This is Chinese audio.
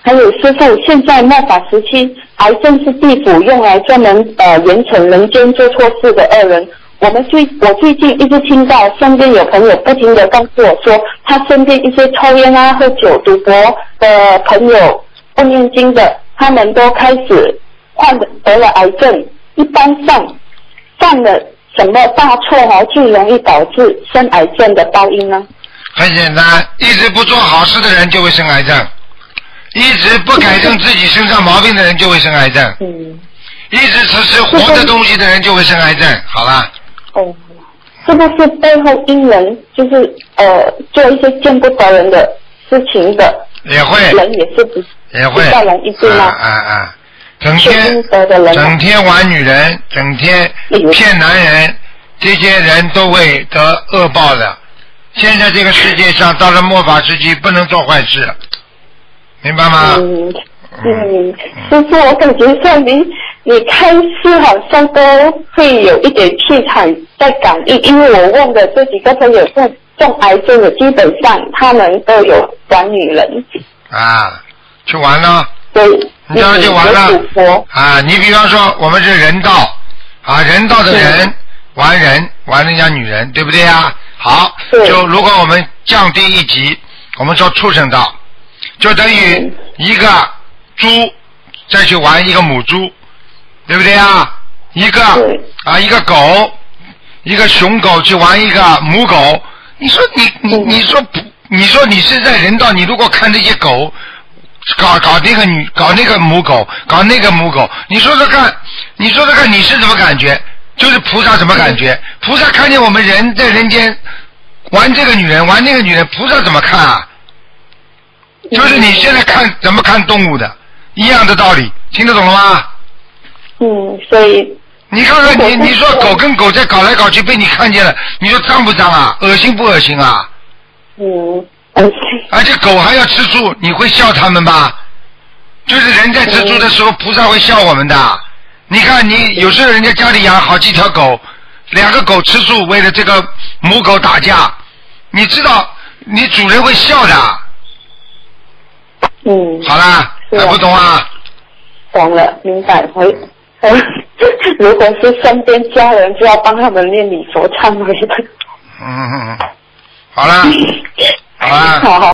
还有师父，现在末法时期，癌症是地府用来专门严惩人间做错事的恶人。我最近一直听到身边有朋友不停的告诉我说，他身边一些抽烟啊、喝酒、赌博的朋友、不念经的，他们都开始得了癌症。一般上犯了什么大错最容易导致生癌症的报应呢？ 很简单，一直不做好事的人就会生癌症，一直不改正自己身上毛病的人就会生癌症，一直吃活的东西的人就会生癌症。好了。 是不是背后因人就是做一些见不得人的事情的也会人也是比较容易对吗？ 整天玩女人，整天骗男人，这些人都会得恶报的。现在这个世界上到了末法时期，不能做坏事，明白吗？ 师父，我感觉上你开示好像都会有一点气场在感应，因为我问的这几个朋友中癌症的，基本上他们都有玩女人去玩了， 对， 你当然去玩了你比方说我们是人道人道的人玩人家女人，对不对啊？好，就如果我们降低一级，我们说畜生道，就等于一个猪再去玩一个母猪，对不对啊？一个狗，一个雄狗去玩一个母狗，你说你说你是在人道，你如果看这些狗搞那个母狗，搞那个母狗，你说说看你是什么感觉？就是菩萨什么感觉？菩萨看见我们人在人间玩这个女人玩那个女人，菩萨怎么看啊？就是你现在怎么看动物的一样的道理，听得懂了吗？ 所以你看看你说狗跟狗在搞来搞去被你看见了，你说脏不脏啊？恶心不恶心啊？而且狗还要吃素，你会笑他们吧？就是人在吃素的时候，菩萨会笑我们的。你看有时候人家家里养好几条狗，2个狗吃素，为了这个母狗打架，你知道你主人会笑的。好啦，还不懂啊？ 懂了，明白。如果是身边家人，就要帮他们念礼佛忏悔的。 好啦，好啦。 好。